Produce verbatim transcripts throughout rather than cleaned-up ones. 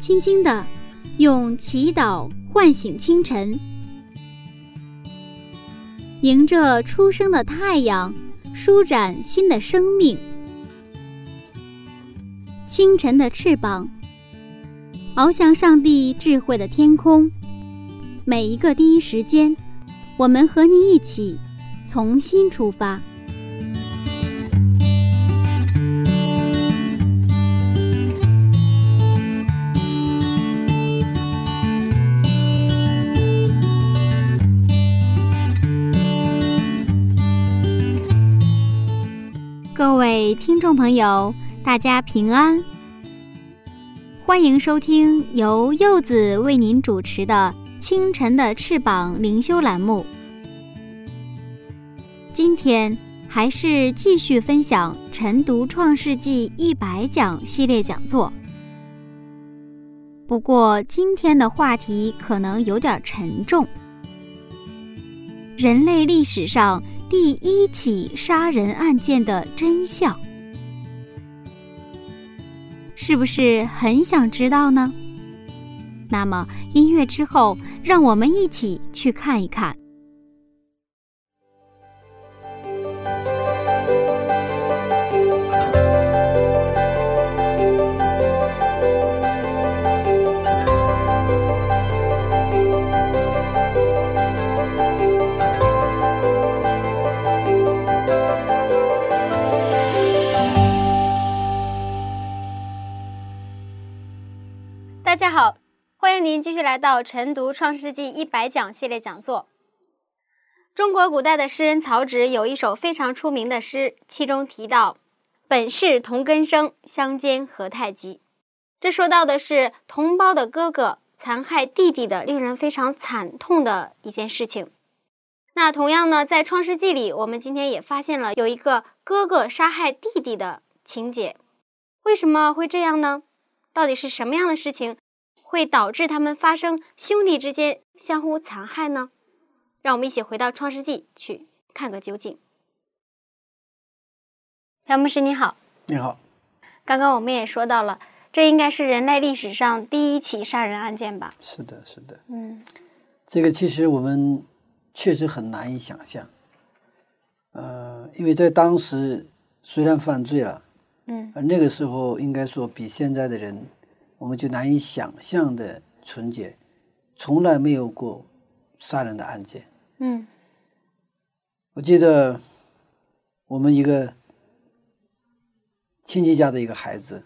轻轻地用祈祷唤醒清晨，迎着初升的太阳，舒展新的生命。清晨的翅膀翱翔上帝智慧的天空，每一个第一时间，我们和你一起重新出发。各位听众朋友，大家平安，欢迎收听由柚子为您主持的清晨的翅膀灵修栏目。今天还是继续分享晨读创世纪一百讲系列讲座，不过今天的话题可能有点沉重。人类历史上第一起杀人案件的真相，是不是很想知道呢？那么音乐之后，让我们一起去看一看。 大家好，欢迎您继续来到晨读创世纪一百讲系列讲座。中国古代的诗人曹植有一首非常出名的诗，其中提到本是同根生，相煎何太急。这说到的是同胞的哥哥残害弟弟的令人非常惨痛的一件事情。那同样呢，在创世纪里，我们今天也发现了有一个哥哥杀害弟弟的情节。为什么会这样呢？到底是什么样的事情会导致他们发生兄弟之间相互残害呢？让我们一起回到创世纪去看个究竟。朴牧师你好。 你好。 刚刚我们也说到了，这应该是人类历史上第一起杀人案件吧？ 是的，是的。 嗯， 这个其实我们确实很难以想象，呃，因为在当时虽然犯罪了， 嗯， 而那个时候应该说比现在的人，我们就难以想象的纯洁，从来没有过杀人的案件。 嗯， 我记得我们一个亲戚家的一个孩子，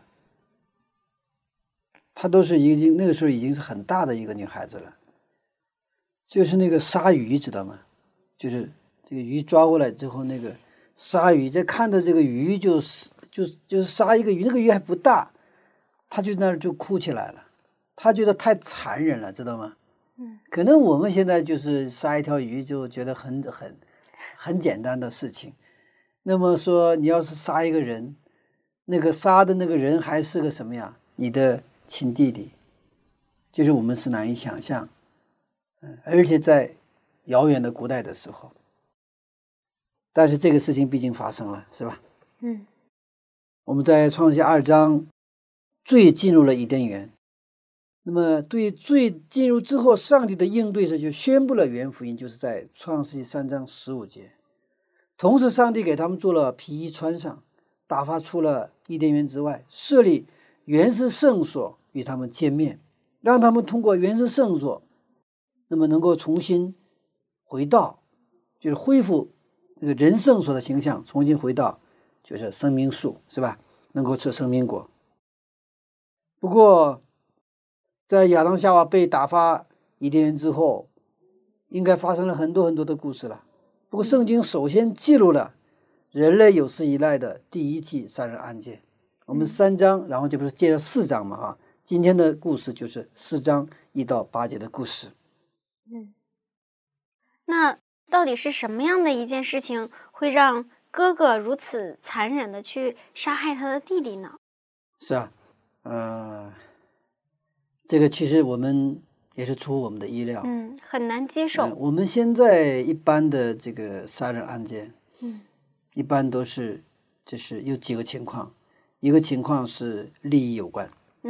她都是已经那个时候已经是很大的一个女孩子了，就是那个杀鱼知道吗？就是这个鱼抓过来之后，那个杀鱼，在看到这个鱼就是就就是杀一个鱼，那个鱼还不大，他就那儿就哭起来了，他觉得太残忍了，知道吗？ 嗯， 可能我们现在就是杀一条鱼就觉得很很很简单的事情，那么说你要是杀一个人，那个杀的那个人还是个什么呀？你的亲弟弟，就是我们是难以想象，嗯，而且在遥远的古代的时候，但是这个事情毕竟发生了，是吧？ 嗯， 我们在创世纪二章，罪进入了伊甸园。那么对罪进入之后，上帝的应对是就宣布了原福音，就是在创世纪三章十五节。同时上帝给他们做了皮衣穿上，打发出了伊甸园之外，设立原始圣所与他们见面，让他们通过原始圣所，那么能够重新回到，就是恢复那个人圣所的形象，重新回到就是生命树，是吧？能够吃生命果。不过在亚当夏娃被打发伊甸园之后，应该发生了很多很多的故事了。不过圣经首先记录了人类有史以来的第一起杀人案件。我们三章，然后就不是接着四章嘛哈。今天的故事就是四章一到八节的故事。 嗯，那到底是什么样的一件事情会让哥哥如此残忍的去杀害他的弟弟呢？ 是啊，呃，这个其实我们也是出乎我们的意料， 嗯，很难接受。 呃、我们现在一般的这个杀人案件， 嗯， 一般都是就是有几个情况，一个情况是利益有关， 嗯，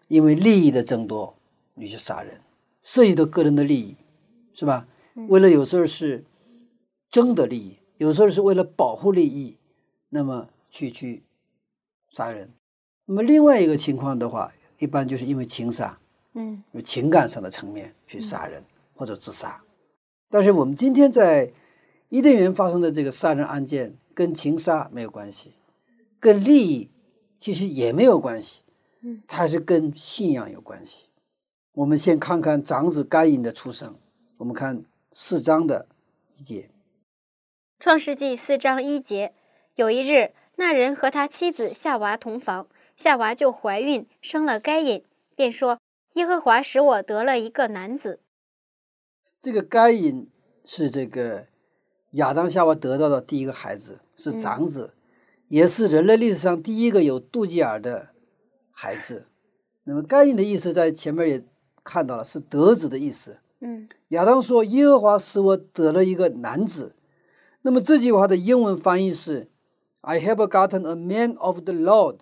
因为利益的争夺，你去杀人，涉及到个人的利益，是吧？为了有时候是争的利益，有时候是为了保护利益，那么去去杀人。那么另外一个情况的话，一般就是因为情杀， 嗯， 有情感上的层面去杀人或者自杀。但是我们今天在伊甸园发生的这个杀人案件，跟情杀没有关系，跟利益其实也没有关系，它是跟信仰有关系。我们先看看长子该隐的出生，我们看四章的一节。 创世纪四章一节，有一日，那人和他妻子夏娃同房，夏娃就怀孕，生了该隐，便说：耶和华使我得了一个男子。 这个该隐是这个亚当夏娃得到的第一个孩子，是长子，嗯、也是人类历史上第一个有肚脐眼的孩子。那么该隐的意思在前面也看到了，是得子的意思。 嗯， 亚当说：耶和华使我得了一个男子。那么这句话的英文翻译是 I have gotten a man of the Lord.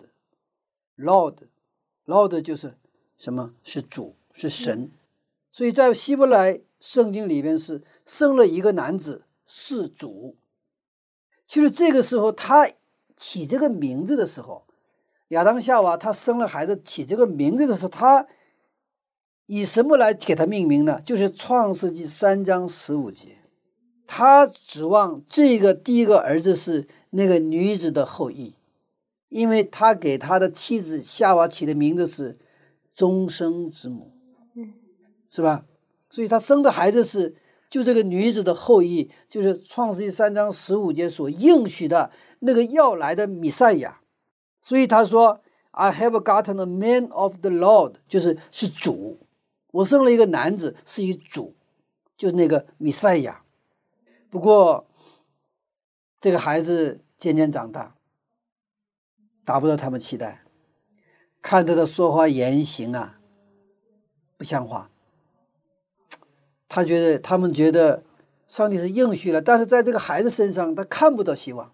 Lord Lord 就是什么？是主，是神。嗯、所以在希伯来圣经里边是生了一个男子，是主。其实这个时候他起这个名字的时候，亚当夏娃他生了孩子起这个名字的时候，他以什么来给他命名呢？就是创世纪三章十五节，他指望这个第一个儿子是那个女子的后裔，因为他给他的妻子夏娃起的名字是终生之母，是吧？所以他生的孩子是就这个女子的后裔，就是创世纪三章十五节所应许的那个要来的弥赛亚。所以他说 I have gotten a man of the Lord， 就是是主，我生了一个男子，是一个主，就是那个弥赛亚。不过这个孩子渐渐长大，达不到他们期待，看他的说话言行啊不像话，他觉得他们觉得上帝是应许了，但是在这个孩子身上他看不到希望。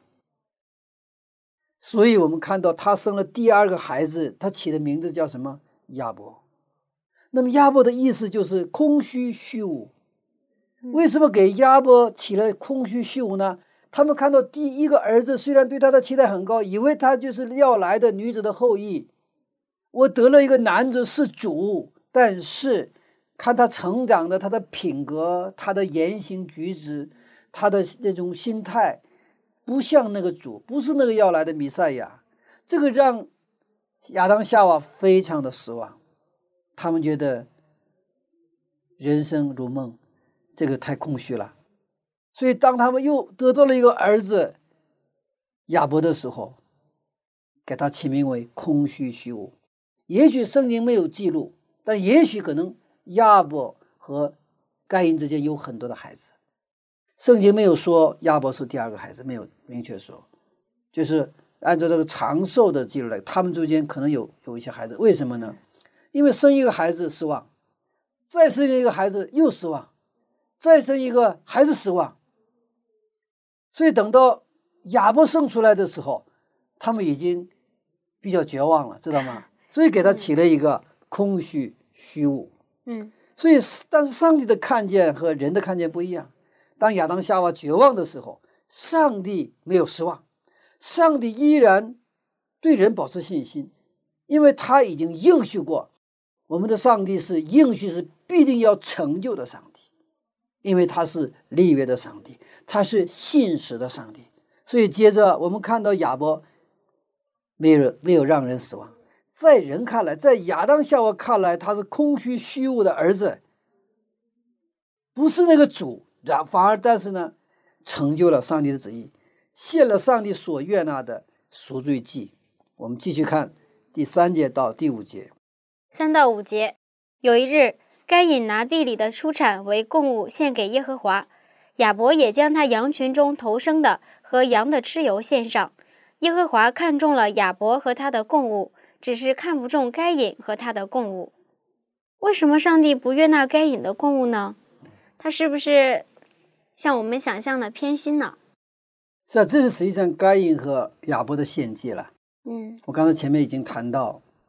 所以我们看到他生了第二个孩子，他起的名字叫什么？亚伯。那么亚伯的意思就是空虚虚无。为什么给亚伯起了空虚虚无呢？他们看到第一个儿子虽然对他的期待很高，以为他就是要来的女子的后裔，我得了一个男子是主，但是看他成长的他的品格，他的言行举止，他的那种心态不像那个主，不是那个要来的弥赛亚。这个让亚当夏娃非常的失望，他们觉得人生如梦，这个太空虚了。所以当他们又得到了一个儿子亚伯的时候，给他起名为空虚虚无。也许圣经没有记录，但也许可能亚伯和该隐之间有很多的孩子。圣经没有说亚伯是第二个孩子，没有明确说，就是按照这个长寿的记录来，他们之间可能有有一些孩子。为什么呢？因为生一个孩子失望，再生一个孩子又失望，再生一个还是失望。所以等到亚伯生出来的时候，他们已经比较绝望了，知道吗？所以给他起了一个空虚虚无。 嗯， 所以但是上帝的看见和人的看见不一样。当亚当夏娃绝望的时候，上帝没有失望，上帝依然对人保持信心，因为他已经应许过，我们的上帝是应许是必定要成就的上帝，因为他是立约的上帝，他是信实的上帝。所以接着我们看到亚伯没有没有让人失望，在人看来，在亚当夏娃看来，他是空虚虚无的儿子，不是那个主，反而但是呢成就了上帝的旨意，献了上帝所悦纳的赎罪祭。我们继续看第三节到第五节。 三到五节，有一日，该隐拿地里的出产为供物献给耶和华，亚伯也将他羊群中头生的和羊的脂油献上。耶和华看中了亚伯和他的供物，只是看不中该隐和他的供物。为什么上帝不悦纳该隐的供物呢？他是不是像我们想象的偏心呢？ 是啊，这是实际上该隐和亚伯的献祭了。 嗯， 我刚才前面已经谈到，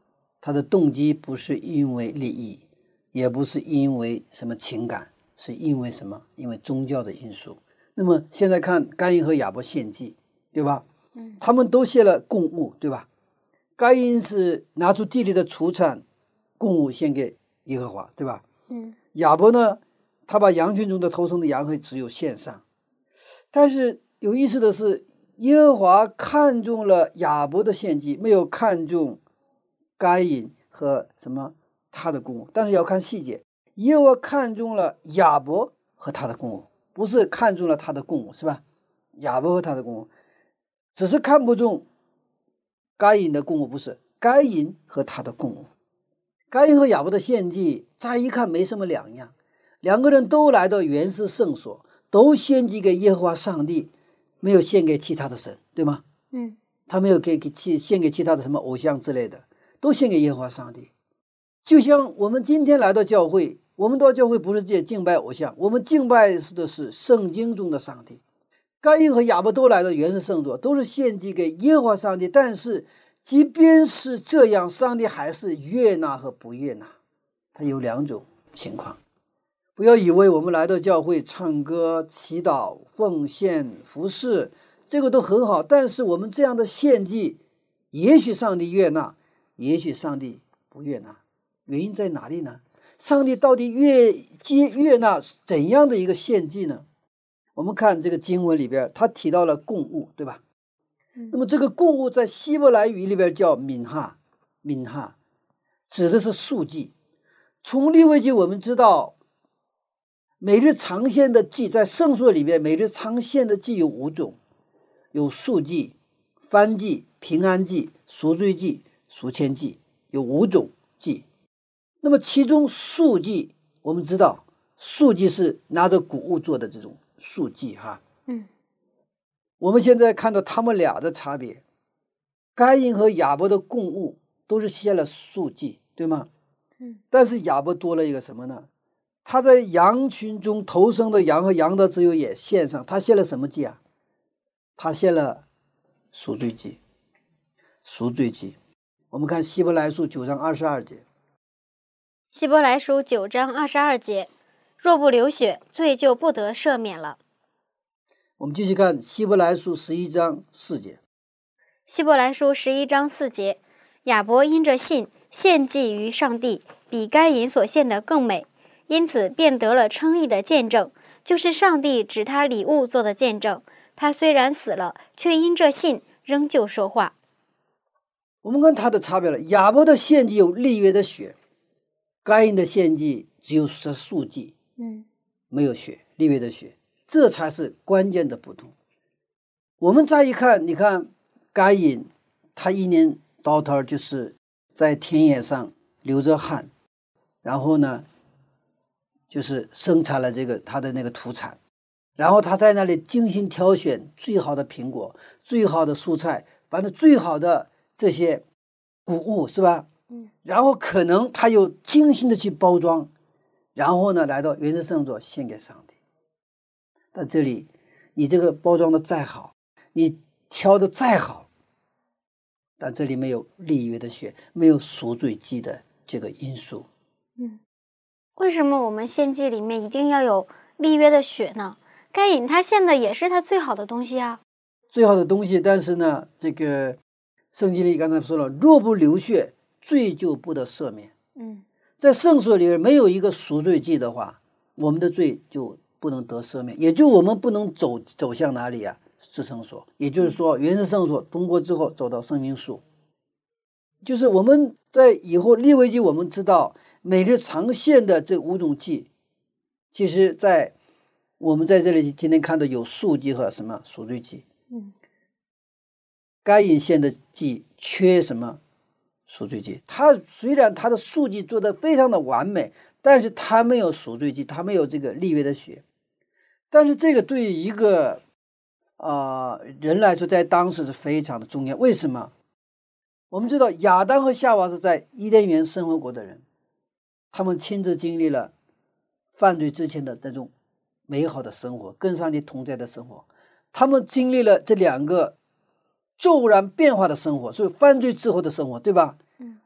他的动机不是因为利益，也不是因为什么情感，是因为什么？因为宗教的因素。那么现在看该隐和亚伯献祭，对吧？ 嗯， 他们都献了供物，对吧？该隐是拿出地里的出产供物献给耶和华，对吧？ 嗯， 亚伯呢，他把羊群中的头生的羊和只有献上。但是有意思的是，耶和华看中了亚伯的献祭，没有看中该隐和什么他的供物。但是要看细节，耶和华看中了亚伯和他的供物，不是看中了他的供物，是吧？亚伯和他的供物，只是看不中该隐的供物，不是该隐和他的供物。该隐和亚伯的献祭乍一看没什么两样，两个人都来到原始圣所，都献祭给耶和华上帝，没有献给其他的神，对吗？ 嗯， 他没有给给其献给其他的什么偶像之类的，都献给耶和华上帝。就像我们今天来到教会，我们到教会不是去敬拜偶像，我们敬拜的是圣经中的上帝。该隐和亚伯都来到原始圣所，都是献祭给耶和华上帝，但是即便是这样，上帝还是悦纳和不悦纳，它有两种情况。不要以为我们来到教会唱歌、祈祷、奉献、服侍，这个都很好，但是我们这样的献祭，也许上帝悦纳，也许上帝不悦纳。原因在哪里呢？上帝到底悦接悦纳怎样的一个献祭呢？我们看这个经文里边，他提到了供物，对吧？ 嗯， 那么这个供物在希伯来语里边叫敏哈，敏哈指的是素祭。从利未记我们知道，每日常献的祭，在圣所里边，每日常献的祭有五种，有素祭、燔祭、平安祭、赎罪祭、赎愆祭，有五种祭。那么其中素祭，我们知道素祭是拿着谷物做的这种素祭哈。 嗯， 我们现在看到他们俩的差别，该隐和亚伯的供物都是献了素祭，对吗？ 嗯， 但是亚伯多了一个什么呢？他在羊群中头生的羊和羊的脂油也献上，他献了什么祭啊？他献了赎罪祭。赎罪祭，我们看希伯来书九章二十二节。 希伯来书九章二十二节，若不流血，罪就不得赦免了。 我们继续看希伯来书十一章四节。 希伯来书十一章四节，亚伯因着信献祭于上帝，比该隐所献的更美，因此便得了称义的见证，就是上帝指他礼物做的见证。他虽然死了，却因着信仍旧说话。 我们看他的差别了，亚伯的献祭有立约的血，该隐的献祭只有是素祭， 嗯， 没有血，立约的血，这才是关键的不同。我们再一看，你看该隐，他一年到头就是在田野上流着汗，然后呢，就是生产了这个他的那个土产，然后他在那里精心挑选最好的苹果、最好的蔬菜，反正最好的这些谷物，是吧？ 嗯， 然后可能他又精心的去包装，然后呢来到原始圣所献给上帝。但这里你这个包装的再好，你挑的再好，但这里没有立约的血，没有赎罪祭的这个因素。 嗯，为什么我们献祭里面一定要有立约的血呢？该隐他献的也是他最好的东西啊， 最好的东西，但是呢，这个圣经里刚才说了，若不流血，罪就不得赦免。 嗯， 在圣所里面没有一个赎罪祭的话，我们的罪就不能得赦免，也就我们不能走走向哪里啊？至圣所，也就是说原始圣所通过之后走到生命树。就是我们在以后利未记我们知道每日常献的这五种祭，其实在我们在这里今天看到有素祭和什么赎罪祭。 嗯， 该隐献的祭缺什么？赎罪祭。他虽然他的素祭做得非常的完美，但是他没有赎罪祭，他没有这个立约的血。但是这个对于一个啊、呃、人来说，在当时是非常的重要。为什么？我们知道亚当和夏娃是在伊甸园生活过的人，他们亲自经历了犯罪之前的那种美好的生活，跟上帝同在的生活。他们经历了这两个骤然变化的生活，所以犯罪之后的生活，对吧？ 嗯，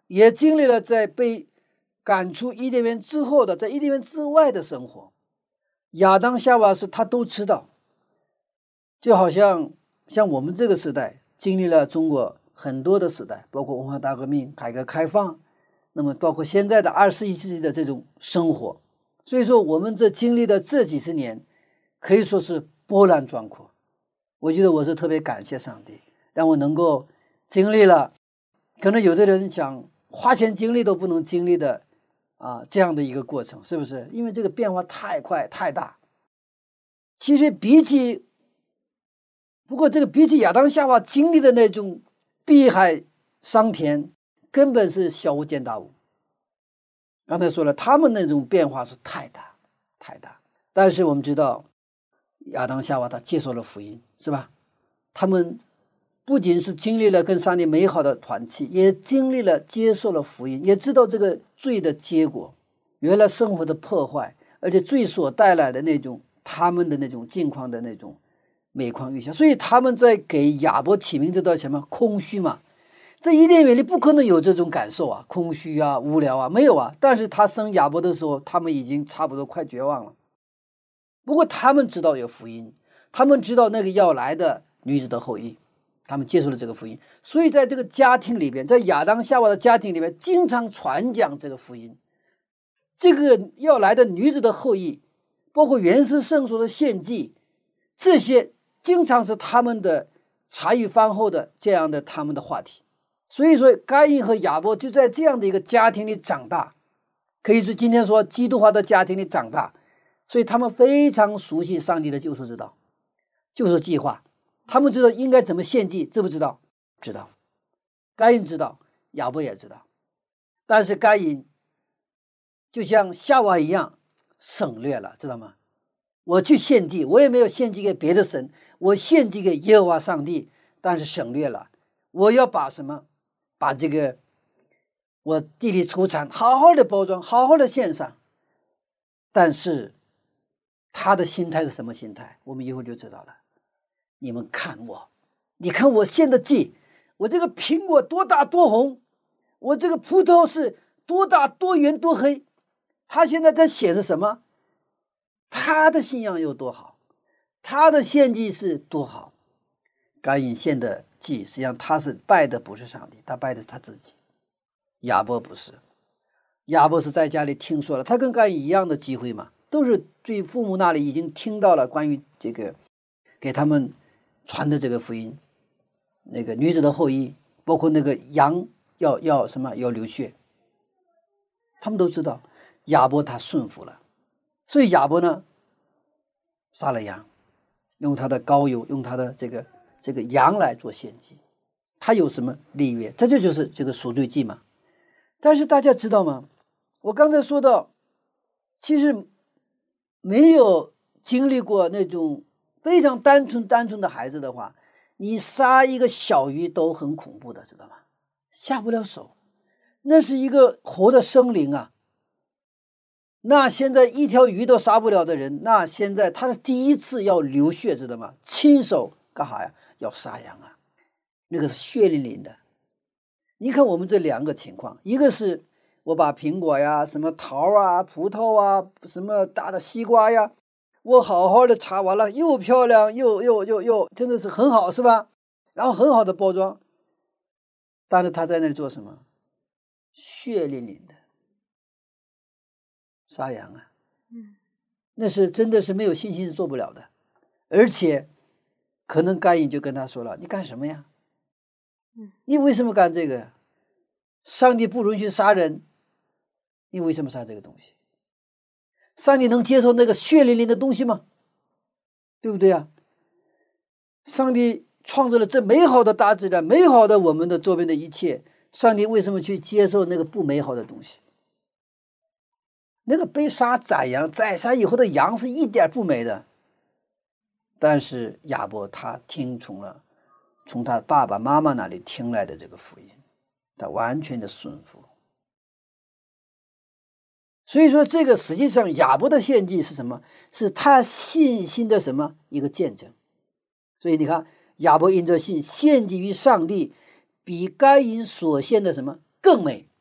也经历了在被赶出伊甸园之后的，在伊甸园之外的生活。亚当夏娃是他都知道，就好像像我们这个时代经历了中国很多的时代，包括文化大革命、改革开放，那么包括现在的二十一世纪的这种生活。所以说我们这经历的这几十年可以说是波澜壮阔。我觉得我是特别感谢上帝，让我能够经历了可能有的人想花钱经历都不能经历的啊这样的一个过程，是不是？因为这个变化太快太大。其实比起不过这个比起亚当夏娃经历的那种碧海桑田，根本是小巫见大巫。刚才说了，他们那种变化是太大太大。但是我们知道亚当夏娃他接受了福音，是吧？他们不仅是经历了跟上帝美好的团契，也经历了接受了福音，也知道这个罪的结果，原来生活的破坏，而且罪所带来的那种他们的那种境况的那种每况愈下。所以他们在给亚伯起名字叫什么？空虚嘛。在伊甸园里不可能有这种感受啊，空虚啊，无聊啊，没有啊。但是他生亚伯的时候，他们已经差不多快绝望了。不过他们知道有福音，他们知道那个要来的女子的后裔，他们接受了这个福音。所以在这个家庭里边，在亚当夏娃的家庭里面，经常传讲这个福音。这个要来的女子的后裔，包括原始圣所的献祭，这些经常是他们的茶余饭后的这样的他们的话题。所以说该隐和亚伯就在这样的一个家庭里长大，可以说今天说基督化的家庭里长大。所以他们非常熟悉上帝的救赎之道，救赎计划。他们知道应该怎么献祭，知不知道？知道。该隐知道，亚伯也知道。但是该隐就像夏娃一样省略了，知道吗？我去献祭，我也没有献祭给别的神，我献祭给耶和华上帝，但是省略了我要把什么，把这个我地里出产好好的包装，好好的献上。但是他的心态是什么心态？我们一会儿就知道了。你们看我，你看我献的祭，我这个苹果多大多红，我这个葡萄是多大多圆多黑。他现在在显示什么？他的信仰有多好，他的献祭是多好。该隐献的祭，实际上他是拜的不是上帝，他拜的是他自己。亚伯不是，亚伯是在家里听说了，他跟该隐一样的机会嘛，都是对父母那里已经听到了关于这个给他们传的这个福音，那个女子的后裔，包括那个羊要要什么要流血，他们都知道。亚伯他顺服了，所以亚伯呢杀了羊，用他的膏油，用他的这个这个羊来做献祭。他有什么立约？这就就是这个赎罪祭嘛。但是大家知道吗？我刚才说到，其实没有经历过那种非常单纯单纯的孩子的话，你杀一个小鱼都很恐怖的，知道吗？下不了手，那是一个活的生灵啊。那现在一条鱼都杀不了的人，那现在他是第一次要流血，知道吗？亲手干啥呀？要杀羊啊，那个是血淋淋的。你看我们这两个情况，一个是我把苹果呀、什么桃啊、葡萄啊、什么大的西瓜呀，我好好的插完了，又漂亮又又又又真的是很好，是吧？然后很好的包装，但是他在那里做什么？血淋淋的杀羊啊，嗯，那是真的是没有信心是做不了的。而且可能该隐就跟他说了，你干什么呀？你为什么干这个？上帝不允许杀人，你为什么杀这个东西？上帝能接受那个血淋淋的东西吗？对不对啊？上帝创造了这美好的大自然，美好的我们的周边的一切，上帝为什么去接受那个不美好的东西？那个被杀宰羊，宰杀以后的羊是一点不美的。但是亚伯他听从了从他爸爸妈妈那里听来的这个福音，他完全的顺服。所以说这个实际上亚伯的献祭是什么？是他信心的什么一个见证。所以你看亚伯因着信献祭于上帝，比该隐所献的什么更美。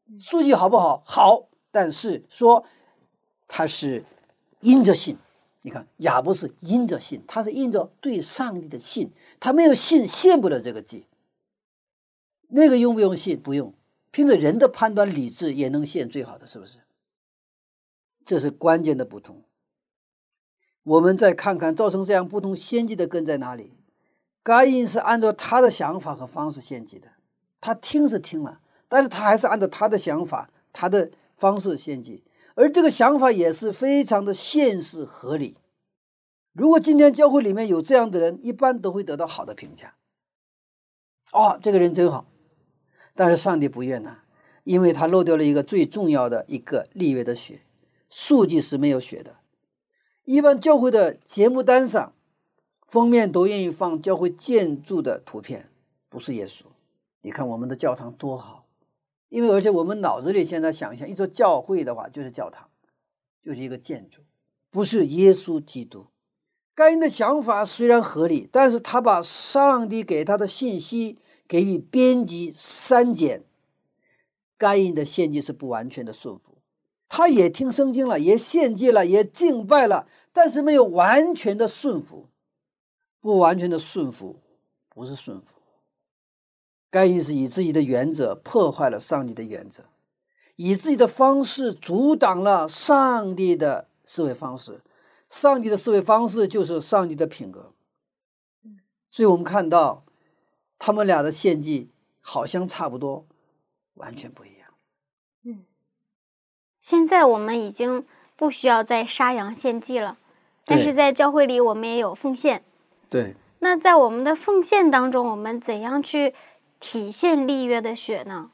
数据好不好？好，但是说他是因着信。你看亚伯是因着信，他是因着对上帝的信，他没有信献不了这个祭。那个用不用信？不用，凭着人的判断理智也能献最好的，是不是？这是关键的不同。我们再看看造成这样不同献祭的根在哪里。该隐是按照他的想法和方式献祭的，他听是听了，但是他还是按照他的想法他的方式献祭，而这个想法也是非常的现实合理。如果今天教会里面有这样的人，一般都会得到好的评价。哦，这个人真好。但是上帝不悦纳，因为他漏掉了一个最重要的一个立约的血，数据是没有血的。一般教会的节目单上封面都愿意放教会建筑的图片，不是耶稣。你看我们的教堂多好，因为而且我们脑子里现在想象一座教会的话就是教堂，就是一个建筑，不是耶稣基督。该隐的想法虽然合理，但是他把上帝给他的信息给予编辑删减。该隐的献祭是不完全的顺服，他也听圣经了，也献祭了，也敬拜了，但是没有完全的顺服。不完全的顺服不是顺服。该隐是以自己的原则破坏了上帝的原则，以自己的方式阻挡了上帝的思维方式。上帝的思维方式就是上帝的品格。所以我们看到他们俩的献祭好像差不多，完全不一样。 嗯，现在我们已经不需要再杀羊献祭了，但是在教会里我们也有奉献。 对， 那在我们的奉献当中，我们怎样去体现立约的血呢？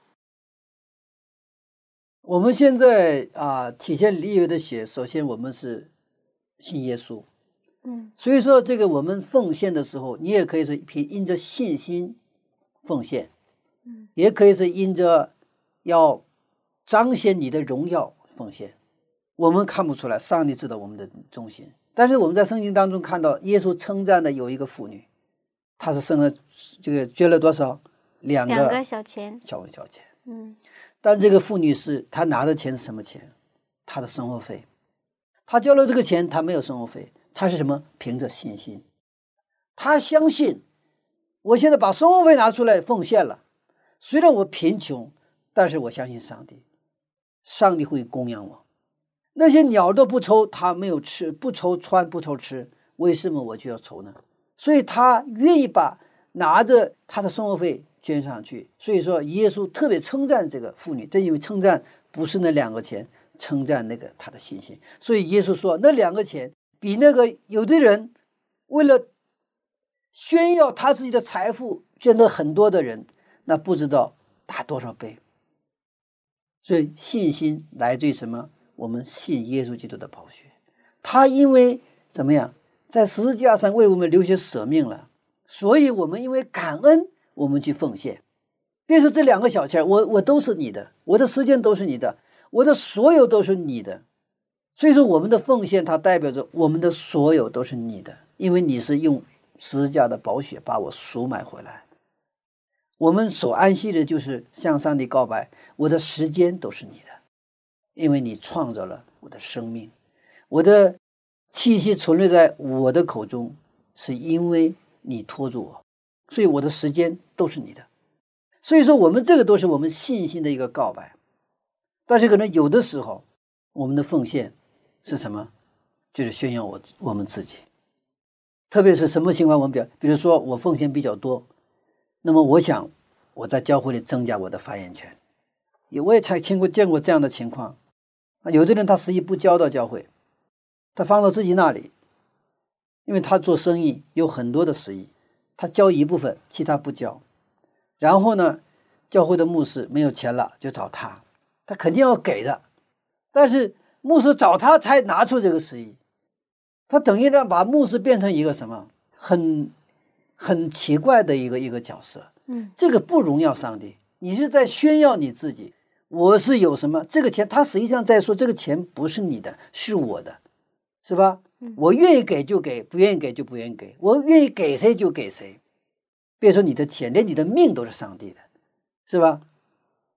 我们现在啊、呃，体现立约的血，首先我们是信耶稣。 嗯， 所以说这个我们奉献的时候，你也可以是凭因着信心奉献， 嗯， 也可以是因着要彰显你的荣耀奉献。我们看不出来，上帝知道我们的忠心。但是我们在圣经当中看到，耶稣称赞的有一个妇女，她是生了这个捐了多少？两个两个小钱， 小小钱。 嗯， 但这个妇女是她拿的钱是什么钱？她的生活费。她交了这个钱，她没有生活费，她是什么？凭着信心，她相信，我现在把生活费拿出来奉献了，虽然我贫穷，但是我相信上帝，上帝会供养我。那些鸟都不愁，他没有吃，不愁穿，不愁吃，为什么我就要愁呢？所以他愿意把拿着他的生活费捐上去。所以说耶稣特别称赞这个妇女，正因为称赞不是那两个钱，称赞那个他的信心。所以耶稣说那两个钱比那个有的人为了炫耀他自己的财富捐了很多的人，那不知道大多少倍。所以信心来自于什么？我们信耶稣基督的宝血，他因为怎么样在十字架上为我们流血舍命了，所以我们因为感恩我们去奉献。别说这两个小钱，我我都是你的，我的时间都是你的，我的所有都是你的。所以说我们的奉献它代表着我们的所有都是你的，因为你是用十字架的宝血把我赎买回来。我们所安息的就是向上帝告白，我的时间都是你的，因为你创造了我的生命，我的气息存留在我的口中，是因为你托住我，所以我的时间都是你的。所以说我们这个都是我们信心的一个告白。但是可能有的时候我们的奉献是什么？就是炫耀我我们自己。特别是什么情况我们比较，比如说我奉献比较多，那么我想我在教会里增加我的发言权。我也才见过见过这样的情况，有的人他十亿不交到教会，他放到自己那里，因为他做生意有很多的十亿，他交一部分，其他不交。然后呢，教会的牧师没有钱了就找他，他肯定要给的，但是牧师找他才拿出这个十亿，他等于让把牧师变成一个什么很很奇怪的一个一个角色。 嗯， 这个不荣耀上帝，你是在炫耀你自己。我是有什么这个钱，他实际上在说这个钱不是你的，是我的，是吧？我愿意给就给，不愿意给就不愿意给，我愿意给谁就给谁。别说你的钱，连你的命都是上帝的，是吧？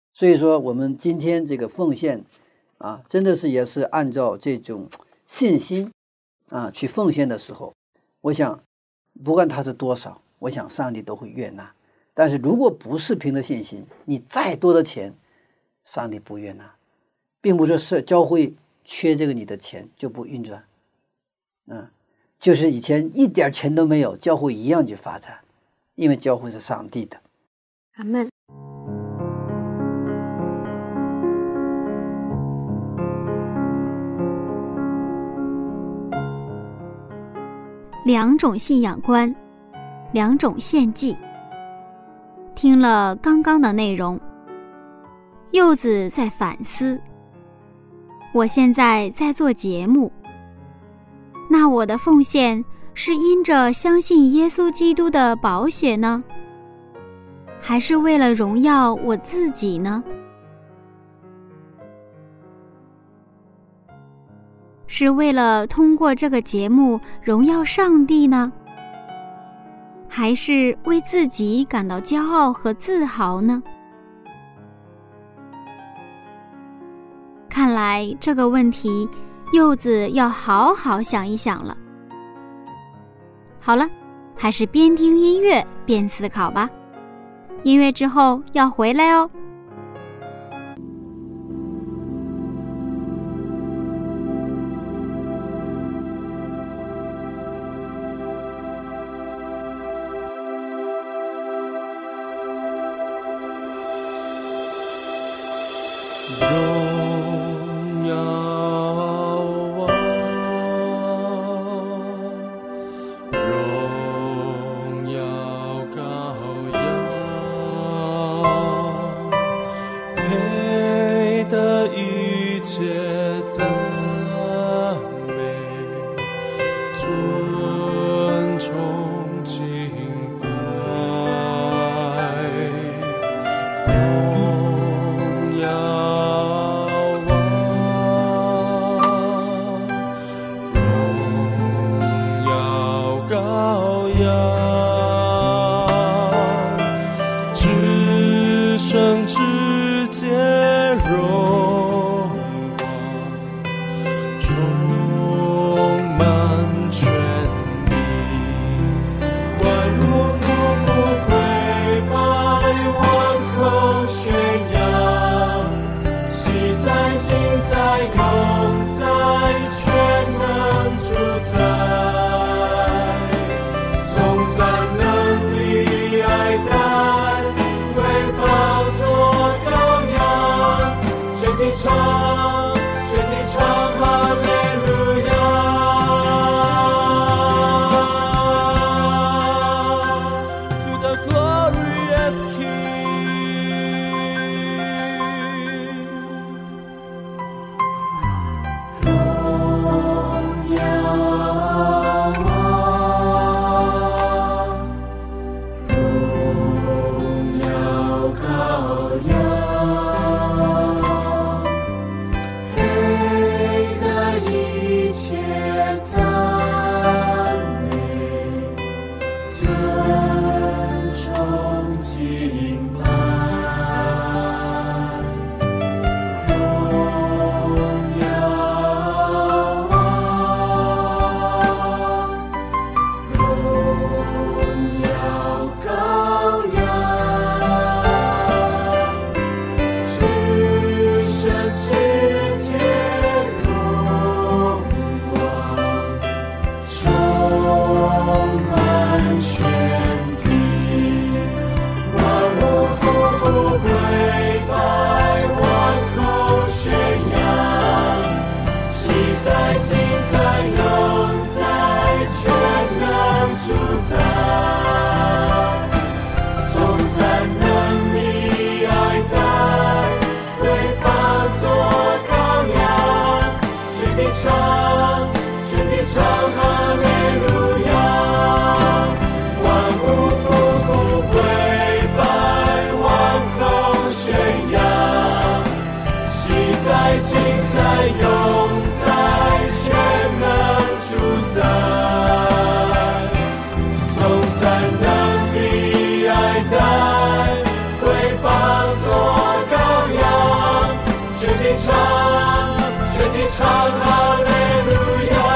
所以说我们今天这个奉献啊，真的是也是按照这种信心啊去奉献的时候，我想不管它是多少，我想上帝都会悦纳。但是如果不是凭着信心，你再多的钱，上帝不悦纳，并不是是教会缺这个你的钱就不运转，嗯，就是以前一点钱都没有，教会一样去发展，因为教会是上帝的。 阿们。 两种信仰观，两种献祭。听了刚刚的内容，柚子在反思，我现在在做节目，那我的奉献是因着相信耶稣基督的宝血呢，还是为了荣耀我自己呢？是为了通过这个节目荣耀上帝呢，还是为自己感到骄傲和自豪呢？看来这个问题，柚子要好好想一想了。好了，还是边听音乐边思考吧。音乐之后要回来哦。 荣耀啊，荣耀羔羊，配得一切赞美，尊崇敬拜。 唱，全地唱哈利路亚。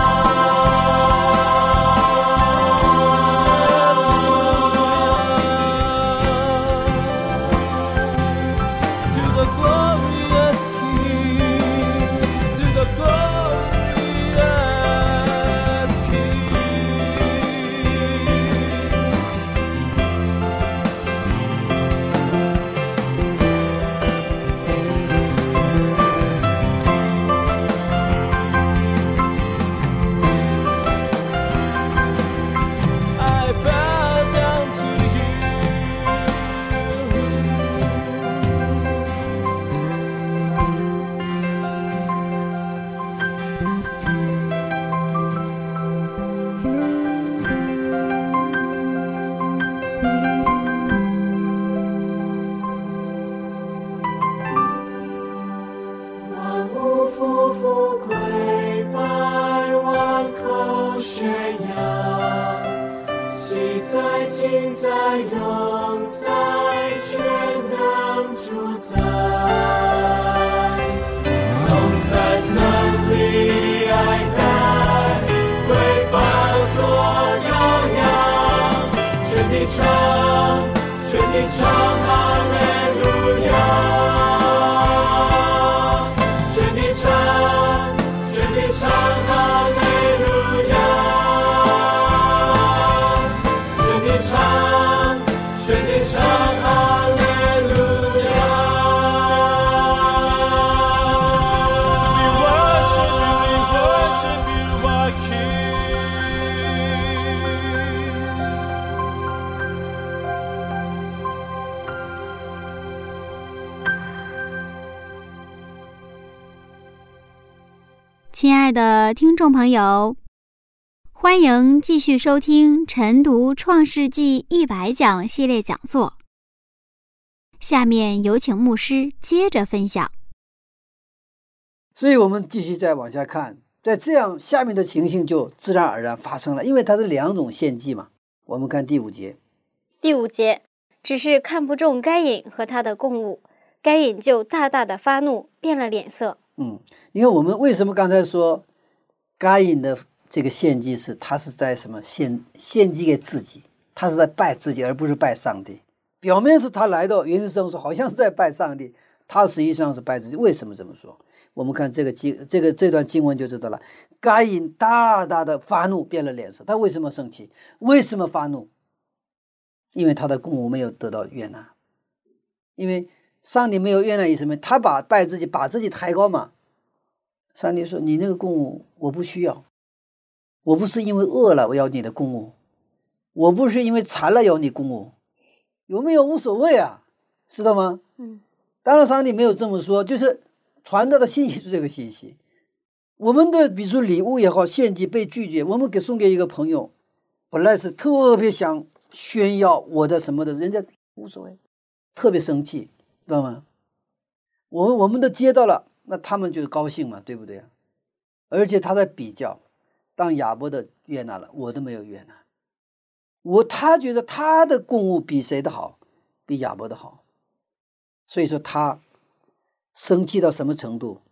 亲爱的听众朋友，欢迎继续收听晨读创世纪一百讲系列讲座。下面有请牧师接着分享。 所以我们继续再往下看，在这样下面的情形就自然而然发生了，因为它是两种献祭嘛。我们看第五节。 第五节，只是看不中该隐和他的供物，该隐就大大的发怒，变了脸色。 嗯，你看我们为什么刚才说该隐的这个献祭是他是在什么献献祭给自己，他是在拜自己，而不是拜上帝。表面是他来到原始生说好像是在拜上帝，他实际上是拜自己。为什么这么说？我们看这个经这个这段经文就知道了。该隐大大的发怒，变了脸色。他为什么生气？为什么发怒？因为他的供物没有得到悦纳，因为上帝没有悦纳意思么？他把拜自己，把自己抬高嘛。上帝说：“你那个供物我不需要，我不是因为饿了我要你的供物，我不是因为馋了要你供物，有没有无所谓啊，知道吗？” 嗯， 当然上帝没有这么说，就是传达的信息是这个信息。我们的比如说礼物也好，献祭被拒绝，我们给送给一个朋友，本来是特别想炫耀我的什么的，人家无所谓，特别生气，知道吗？我们我们都接到了，那他们就高兴嘛，对不对？而且他在比较，当亚伯的悦纳了，我都没有悦纳。我他觉得他的供物比谁的好，比亚伯的好，所以说他生气到什么程度？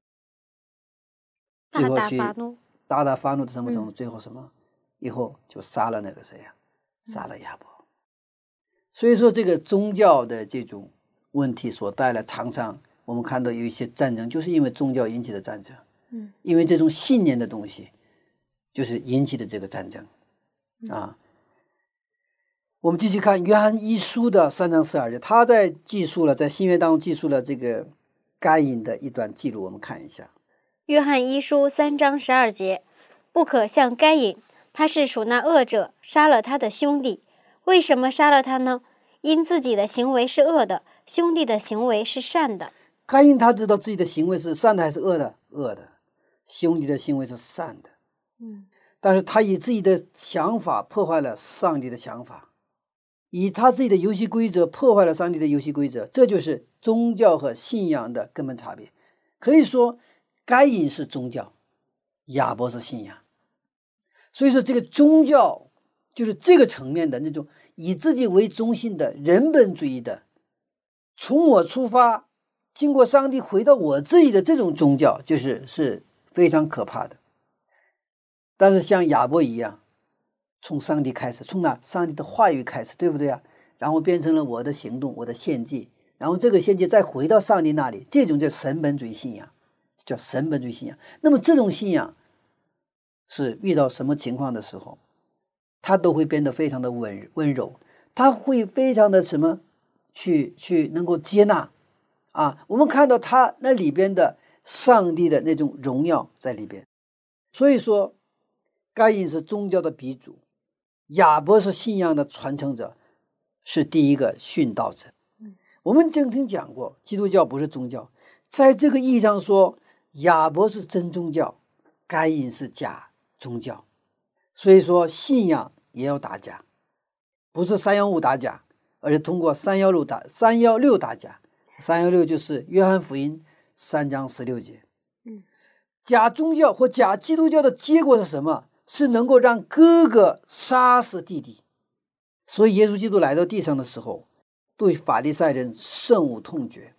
大大发怒， 大大发怒到什么程度？ 嗯、 最后什么？以后就杀了那个谁呀、啊？杀了亚伯。所以说这个宗教的这种问题所带来，常常我们看到有一些战争，就是因为宗教引起的战争。 嗯， 因为这种信念的东西，就是引起的这个战争啊。我们继续看约翰一书的三章十二节，他在记述了在新约当中记述了这个该隐的一段记录，我们看一下。 约翰一书三章十二节，不可像该隐，他是属那恶者，杀了他的兄弟。为什么杀了他呢？因自己的行为是恶的，兄弟的行为是善的。 该隐他知道自己的行为是善的还是恶的？恶的。兄弟的行为是善的。 嗯， 但是他以自己的想法破坏了上帝的想法，以他自己的游戏规则破坏了上帝的游戏规则，这就是宗教和信仰的根本差别。可以说该隐是宗教，亚伯是信仰。所以说这个宗教就是这个层面的那种以自己为中心的人本主义的，从我出发经过上帝回到我自己的这种宗教，就是是非常可怕的。但是像亚伯一样，从上帝开始，从哪？上帝的话语开始，对不对啊？然后变成了我的行动，我的献祭，然后这个献祭再回到上帝那里，这种叫神本主义信仰，叫神本主义信仰。那么这种信仰是遇到什么情况的时候，他都会变得非常的温温柔，他会非常的什么去去能够接纳啊。我们看到他那里边的上帝的那种荣耀在里边。所以说该隐是宗教的鼻祖，亚伯是信仰的传承者，是第一个殉道者。我们曾经讲过，基督教不是宗教，在这个意义上说，亚伯是真宗教，该隐是假宗教。所以说信仰也要打假，不是三幺五打假，而是通过三幺六打三幺六打假。三幺六就是约翰福音三章十六节。 嗯， 假宗教或假基督教的结果是什么？是能够让哥哥杀死弟弟。所以耶稣基督来到地上的时候，对法利赛人深恶痛绝。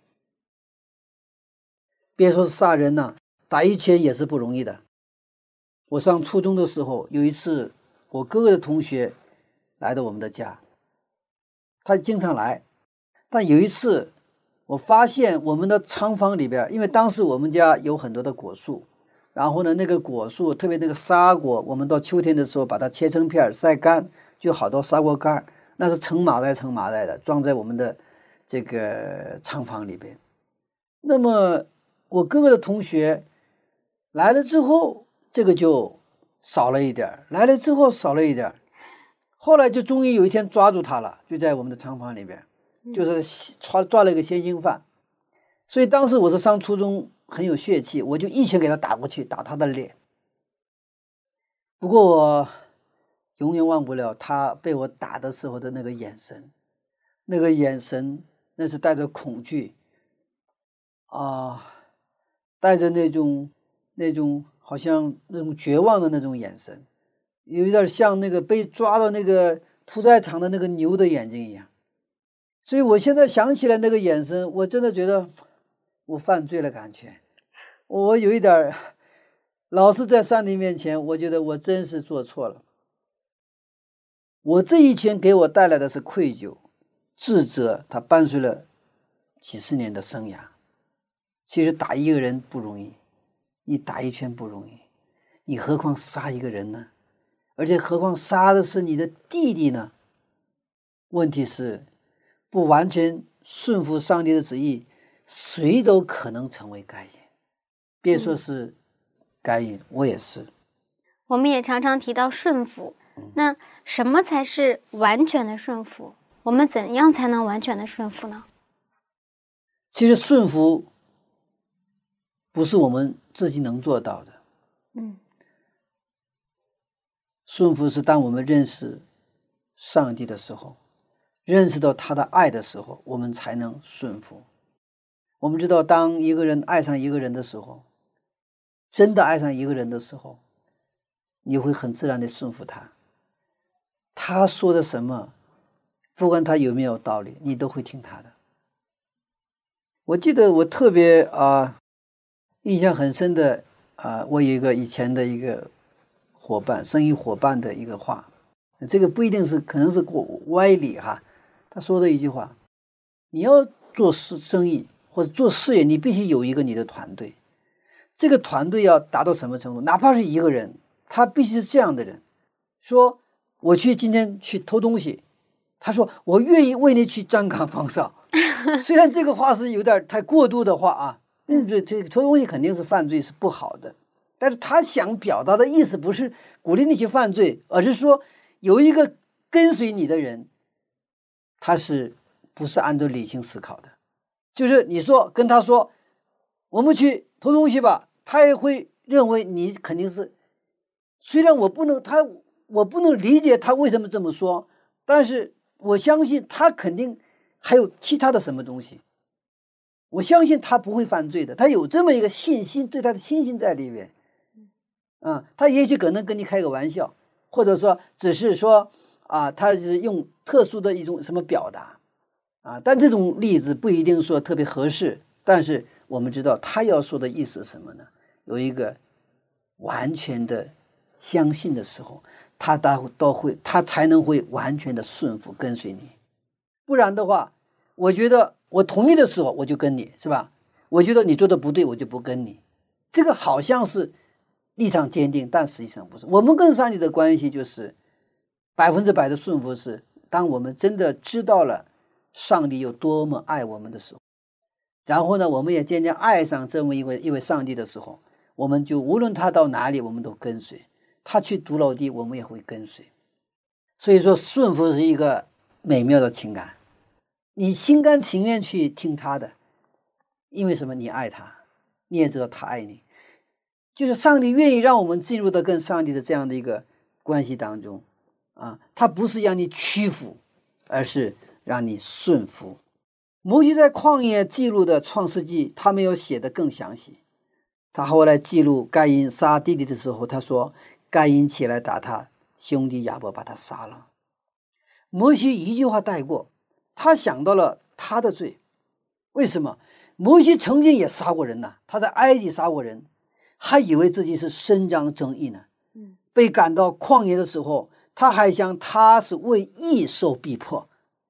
别说是杀人了，打一拳也是不容易的。我上初中的时候，有一次我哥哥的同学来到我们的家，他经常来，但有一次我发现我们的仓房里边，因为当时我们家有很多的果树，然后呢那个果树，特别那个沙果，我们到秋天的时候把它切成片晒干，就好多沙果干，那是成麻袋成麻袋的装在我们的这个仓房里边。那么我哥哥的同学来了之后，这个就少了一点，来了之后少了一点，后来就终于有一天抓住他了，就在我们的仓房里边，就是抓抓了一个现行犯。所以当时我是上初中，很有血气，我就一拳给他打过去，打他的脸。不过我永远忘不了他被我打的时候的那个眼神，那个眼神那是带着恐惧啊，带着那种那种好像那种绝望的那种眼神，有一点像那个被抓到那个屠宰场的那个牛的眼睛一样。所以我现在想起来那个眼神，我真的觉得我犯罪了，感觉我有一点老是在上帝面前，我觉得我真是做错了。我这一拳给我带来的是愧疚、自责，它伴随了几十年的生涯。其实打一个人不容易，你打一拳不容易，你何况杀一个人呢？而且何况杀的是你的弟弟呢？问题是不完全顺服上帝的旨意，谁都可能成为该隐。别说是该隐，我也是。 我们也常常提到顺服，那什么才是完全的顺服？我们怎样才能完全的顺服呢？ 其实顺服不是我们自己能做到的。 嗯， 顺服是当我们认识上帝的时候，认识到他的爱的时候，我们才能顺服。我们知道，当一个人爱上一个人的时候，真的爱上一个人的时候，你会很自然的顺服他。他说的什么，不管他有没有道理，你都会听他的。我记得我特别啊、呃、印象很深的啊、呃，我有一个以前的一个伙伴，生意伙伴的一个话，这个不一定是，可能是歪理哈。他说的一句话：你要做事生意或者做事业，你必须有一个你的团队。这个团队要达到什么程度？哪怕是一个人，他必须是这样的人。说我去今天去偷东西，他说我愿意为你去站岗防哨。虽然这个话是有点太过度的话啊，嗯，这这偷东西肯定是犯罪，是不好的。但是他想表达的意思不是鼓励你去犯罪，而是说有一个跟随你的人，他是不是按照理性思考的？就是你说跟他说我们去偷东西吧，他也会认为你肯定是，虽然我不能他我不能理解他为什么这么说，但是我相信他肯定还有其他的什么东西，我相信他不会犯罪的，他有这么一个信心，对他的信心在里面。啊，他也许可能跟你开个玩笑，或者说只是说啊，他是用特殊的一种什么表达啊，但这种例子不一定说特别合适但是我们知道他要说的意思是什么呢？有一个完全的相信的时候，他都都会，他才能会完全的顺服跟随你。不然的话，我觉得我同意的时候我就跟你，是吧？我觉得你做的不对，我就不跟你。这个好像是立场坚定，但实际上不是。我们跟上帝的关系就是百分之百的顺服，是当我们真的知道了上帝有多么爱我们的时候，然后呢，我们也渐渐爱上这么一位一位上帝的时候，我们就无论他到哪里，我们都跟随他。去独老地，我们也会跟随。所以说，顺服是一个美妙的情感，你心甘情愿去听他的，因为什么？你爱他，你也知道他爱你，就是上帝愿意让我们进入到跟上帝的这样的一个关系当中啊，他不是让你屈服，而是让你顺服。摩西在旷野记录的创世纪，他没有写得更详细。他后来记录该隐杀弟弟的时候，他说该隐起来打他，兄弟亚伯把他杀了。摩西一句话带过，他想到了他的罪。为什么？摩西曾经也杀过人呢，他在埃及杀过人，还以为自己是伸张正义呢。被赶到旷野的时候，他还想他是为义受逼迫。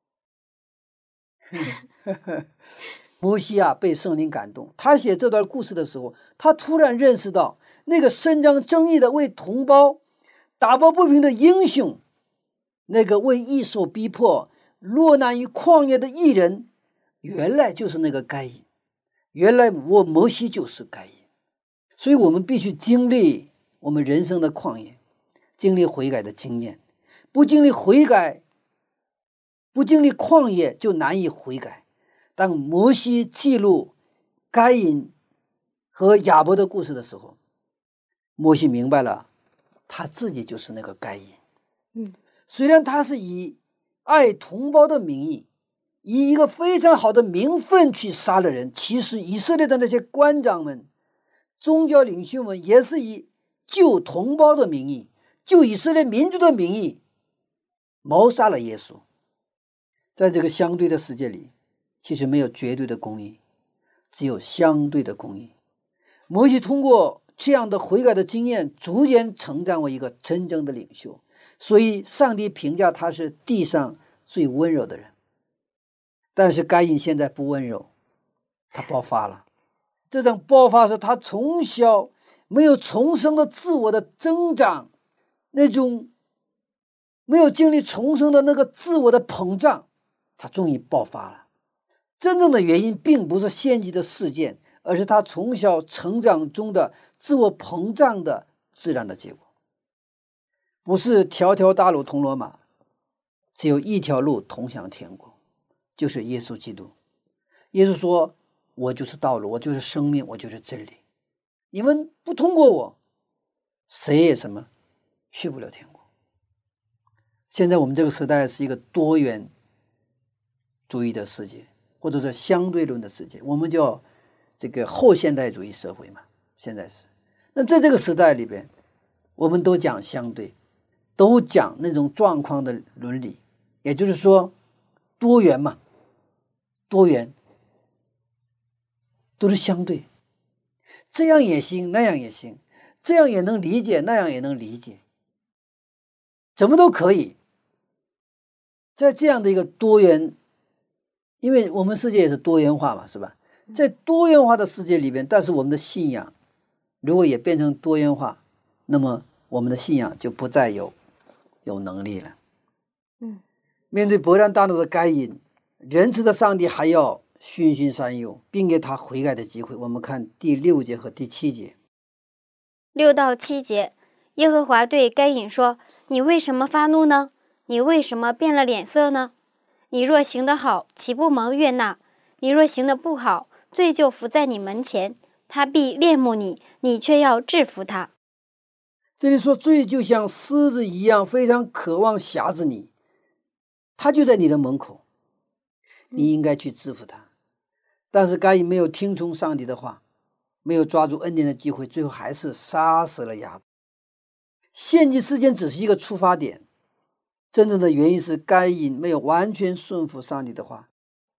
摩西啊，被圣灵感动，他写这段故事的时候，他突然认识到那个伸张正义的为同胞打抱不平的英雄，那个为义受逼迫落难于旷野的义人，原来就是那个该隐，原来我摩西就是该隐。所以我们必须经历我们人生的旷野，经历悔改的经验。不经历悔改，不经历旷野，就难以悔改。当摩西记录该隐和亚伯的故事的时候，摩西明白了他自己就是那个该隐。 嗯， 虽然他是以爱同胞的名义，以一个非常好的名分去杀了人，其实以色列的那些官长们、宗教领袖们也是以救同胞的名义、救以色列民族的名义谋杀了耶稣。在这个相对的世界里，其实没有绝对的公义，只有相对的公义。摩西通过这样的悔改的经验，逐渐成长为一个真正的领袖，所以上帝评价他是地上最温柔的人。但是该隐现在不温柔，他爆发了。这种爆发是他从小没有重生的自我的增长，那种没有经历重生的那个自我的膨胀，他终于爆发了。真正的原因并不是献祭的事件，而是他从小成长中的自我膨胀的自然的结果。不是条条大路通罗马，只有一条路通向天国，就是耶稣基督。耶稣说，我就是道路，我就是生命，我就是真理，你们不通过我，谁也什么去不了天国。现在我们这个时代是一个多元主义的世界，或者说相对论的世界，我们叫这个后现代主义社会嘛，现在是。那在这个时代里边，我们都讲相对，都讲那种状况的伦理，也就是说多元嘛，多元都是相对，这样也行，那样也行，这样也能理解，那样也能理解，怎么都可以。在这样的一个多元，因为我们世界也是多元化嘛，是吧？在多元化的世界里边，但是我们的信仰如果也变成多元化，那么我们的信仰就不再有有能力了。 嗯， 面对勃然大怒的该隐，仁慈的上帝还要循循善诱，并给他悔改的机会。我们看第六节和第七节。 六到七节，耶和华对该隐说：“你为什么发怒呢？你为什么变了脸色呢？你若行得好，岂不蒙悦纳？你若行得不好，罪就伏在你门前，他必恋慕你，你却要制服他。” 这里说罪就像狮子一样，非常渴望辖制你，他就在你的门口，你应该去制服他。但是该隐没有听从上帝的话，没有抓住恩典的机会，最后还是杀死了亚伯。献祭事件只是一个出发点，真正的原因是该隐没有完全顺服上帝的话。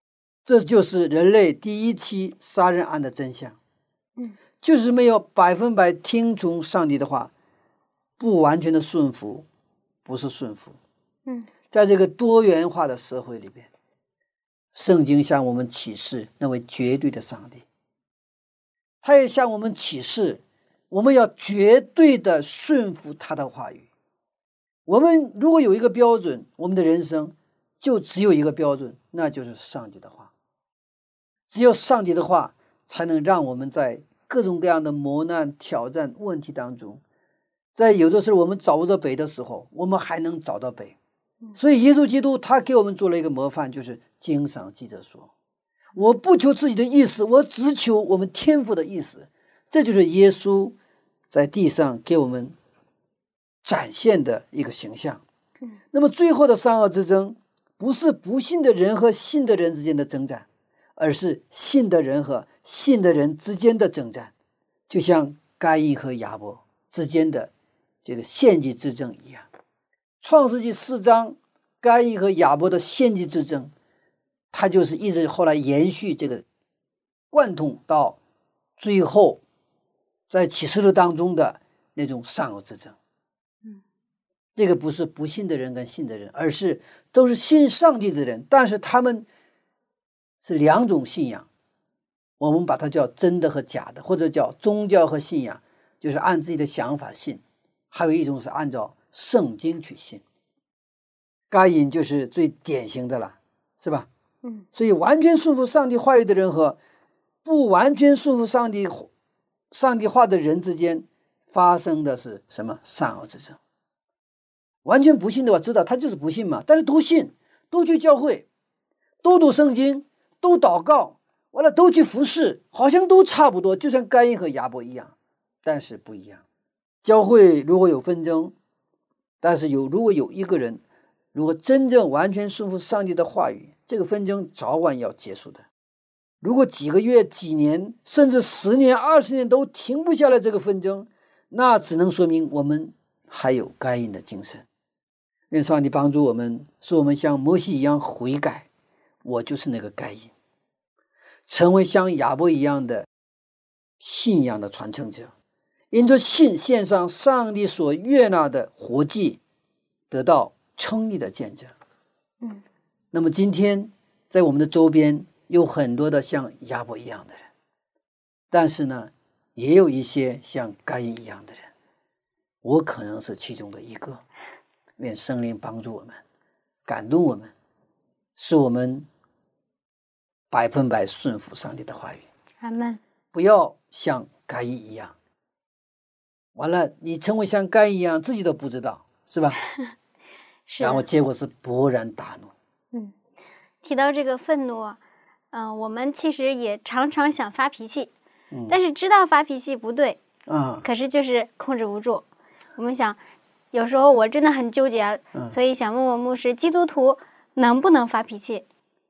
这就是人类第一起杀人案的真相。 嗯， 就是没有百分百听从上帝的话，不完全的顺服，不是顺服。 嗯， 在这个多元化的社会里边，圣经向我们启示那位绝对的上帝，他也向我们启示我们要绝对的顺服他的话语。我们如果有一个标准，我们的人生就只有一个标准，那就是上帝的话。只有上帝的话才能让我们在各种各样的磨难、挑战、问题当中，在有的时候我们找不着北的时候，我们还能找到北。所以耶稣基督他给我们做了一个模范，就是经上记着说，我不求自己的意思，我只求我们天父的意思。这就是耶稣在地上给我们展现的一个形象。那么最后的善恶之争，不是不信的人和信的人之间的征战，而是信的人和信的人之间的征战，就像该隐和亚伯之间的这个献祭之争一样。创世纪四章该隐和亚伯的献祭之争，它就是一直后来延续这个贯通到最后在启示录当中的那种善恶之争。这个不是不信的人跟信的人，而是都是信上帝的人，但是他们是两种信仰，我们把它叫真的和假的，或者叫宗教和信仰，就是按自己的想法信，还有一种是按照圣经去信。该隐就是最典型的了，是吧？ 嗯， 所以完全顺服上帝话语的人和不完全顺服上帝上帝话的人之间发生的是什么？善恶之争。完全不信的话，知道他就是不信嘛，但是都信，都去教会，都读圣经，都祷告，完了都去服侍，好像都差不多，就像该隐和亚伯一样，但是不一样。教会如果有纷争，但是有如果有一个人如果真正完全顺服上帝的话语，这个纷争早晚要结束的。如果几个月、几年，甚至十年、二十年都停不下来这个纷争，那只能说明我们还有该隐的精神。愿上帝帮助我们，使我们像摩西一样悔改，我就是那个该隐，成为像亚伯一样的信仰的传承者，因着信献上上帝所悦纳的活祭，得到称义的见证。 嗯， 那么今天在我们的周边有很多的像亚伯一样的人，但是呢，也有一些像该隐一样的人，我可能是其中的一个。愿圣灵帮助我们，感动我们，使我们百分百顺服上帝的话语。 阿们。 不要像该隐一样，完了你成为像该隐一样，自己都不知道，是吧？ 是。 然后结果是勃然大怒。 嗯，提到这个愤怒，嗯、呃，我们其实也常常想发脾气，嗯、但是知道发脾气不对， 啊、嗯， 可是就是控制不住。我们想。有时候我真的很纠结，嗯、所以想问问牧师，基督徒能不能发脾气？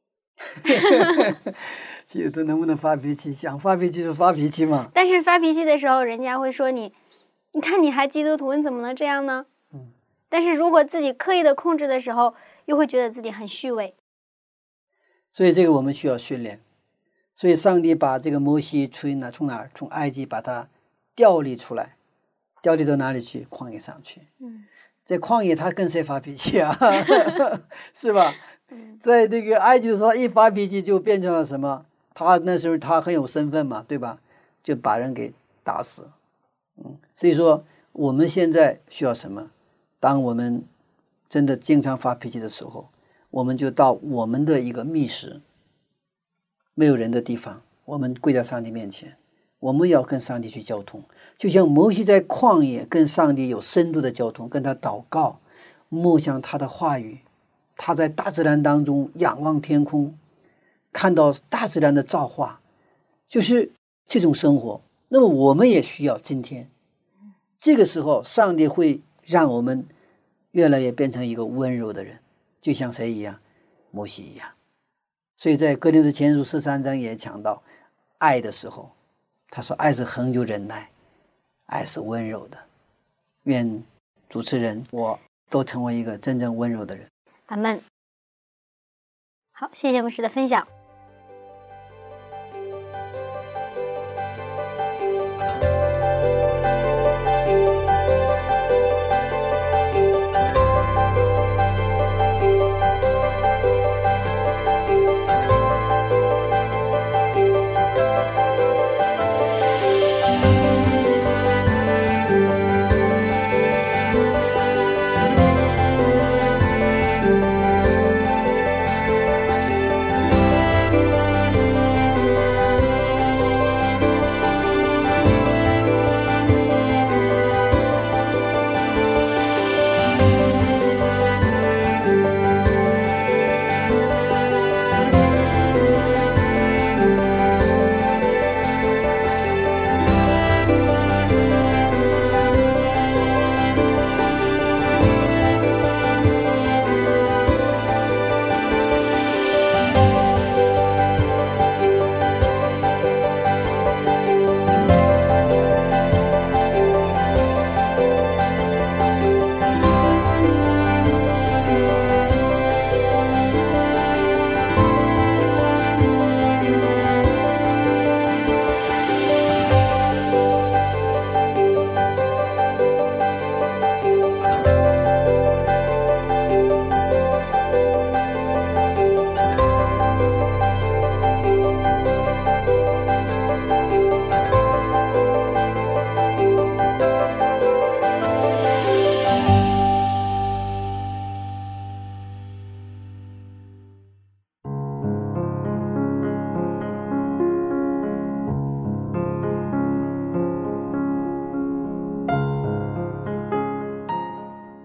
基督徒能不能发脾气？想发脾气就发脾气嘛。 但是发脾气的时候，人家会说你，你看你还基督徒，你怎么能这样呢？嗯。但是如果自己刻意的控制的时候，又会觉得自己很虚伪。 所以这个我们需要训练。所以上帝把这个摩西从哪从哪儿从埃及把他调离出来。调离到哪里去？旷野上去。嗯，在旷野他跟谁发脾气啊？是吧？嗯，在这个埃及的时候，一发脾气就变成了什么？他那时候他很有身份嘛，对吧？就把人给打死。嗯，所以说我们现在需要什么？当我们真的经常发脾气的时候，我们就到我们的一个密室，没有人的地方，我们跪在上帝面前。我们要跟上帝去交通，就像摩西在旷野跟上帝有深度的交通，跟他祷告，默想他的话语。他在大自然当中仰望天空，看到大自然的造化，就是这种生活。那么我们也需要今天，这个时候上帝会让我们越来越变成一个温柔的人，就像谁一样？摩西一样。所以在哥林多前书十三章也讲到爱的时候，他说爱是恒久忍耐，爱是温柔的。愿主持人我都成为一个真正温柔的人。 阿们。好，谢谢牧师的分享。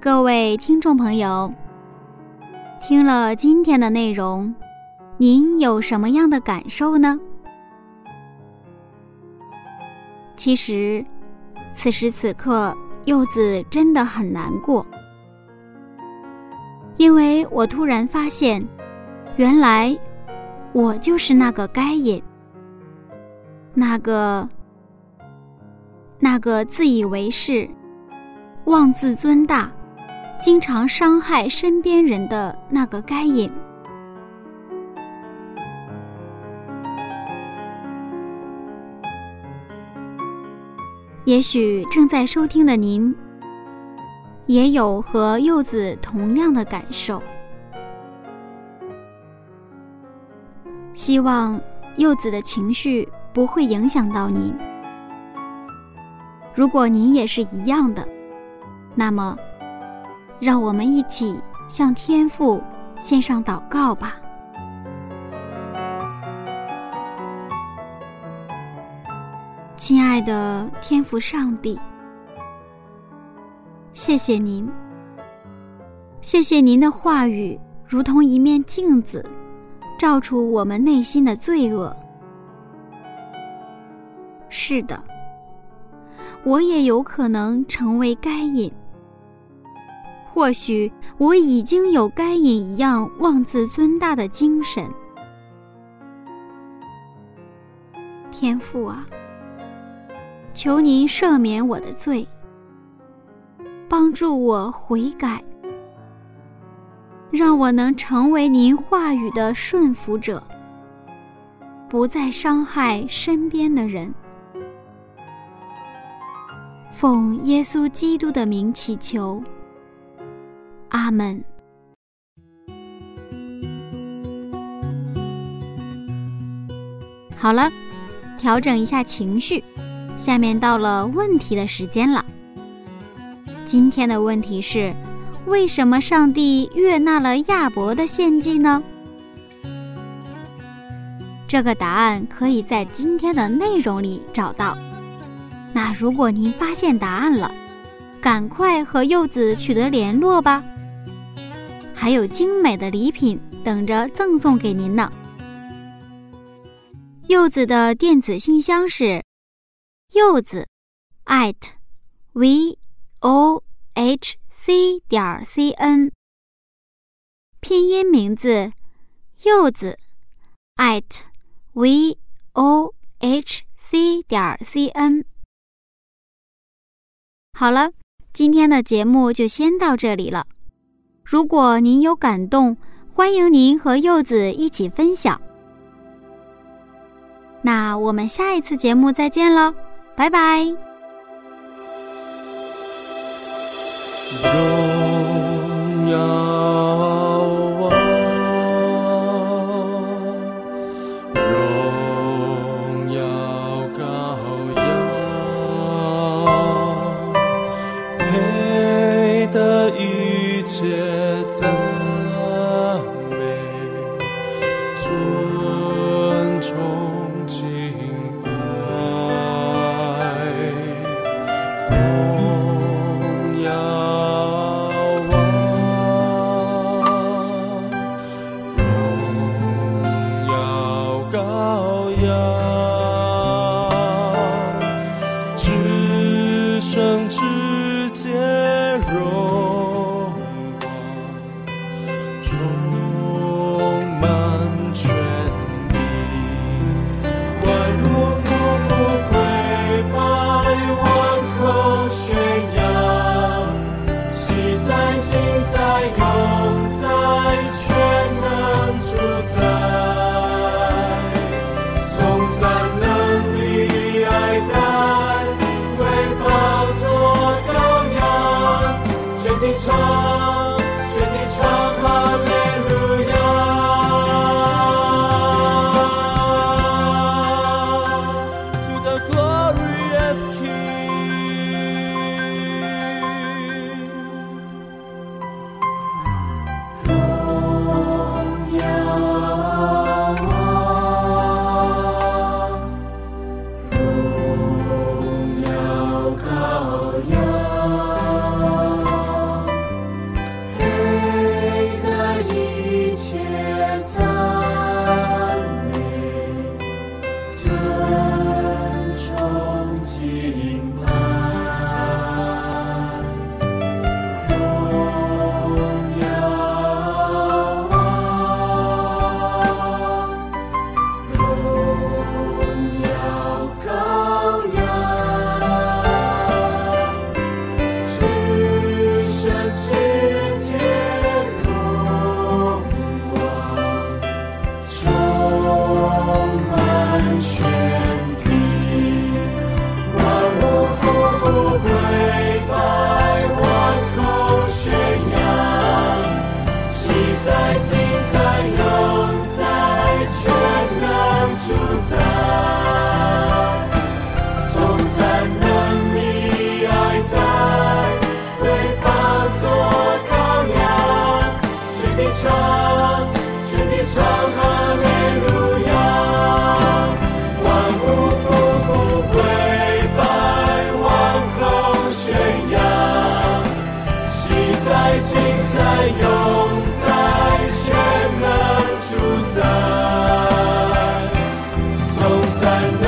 各位听众朋友，听了今天的内容，您有什么样的感受呢？其实，此时此刻，柚子真的很难过，因为我突然发现，原来我就是那个该隐，那个那个自以为是、妄自尊大、经常伤害身边人的那个该隐。也许正在收听的您，也有和柚子同样的感受。希望柚子的情绪不会影响到您。如果您也是一样的，那么让我们一起向天父献上祷告吧。亲爱的天父上帝，谢谢您，谢谢您的话语如同一面镜子，照出我们内心的罪恶。是的，我也有可能成为该隐，或许我已经有该隐一样妄自尊大的精神。天父啊，求您赦免我的罪，帮助我悔改，让我能成为您话语的顺服者，不再伤害身边的人。奉耶稣基督的名祈求，阿们。好了，调整一下情绪，下面到了问题的时间了。今天的问题是，为什么上帝悦纳了亚伯的献祭呢？这个答案可以在今天的内容里找到。那如果您发现答案了，赶快和柚子取得联络吧，还有精美的礼品等着赠送给您呢。柚子的电子信箱是柚子 at v o h c 点 c n， 拼音名字柚子 at v o h c 点 c n。 好了，今天的节目就先到这里了。如果您有感动，欢迎您和柚子一起分享。那我们下一次节目再见了，拜拜。 荣耀啊，荣耀羔羊，配得一切赞美，尊崇敬拜。荣耀啊， 颂赞美。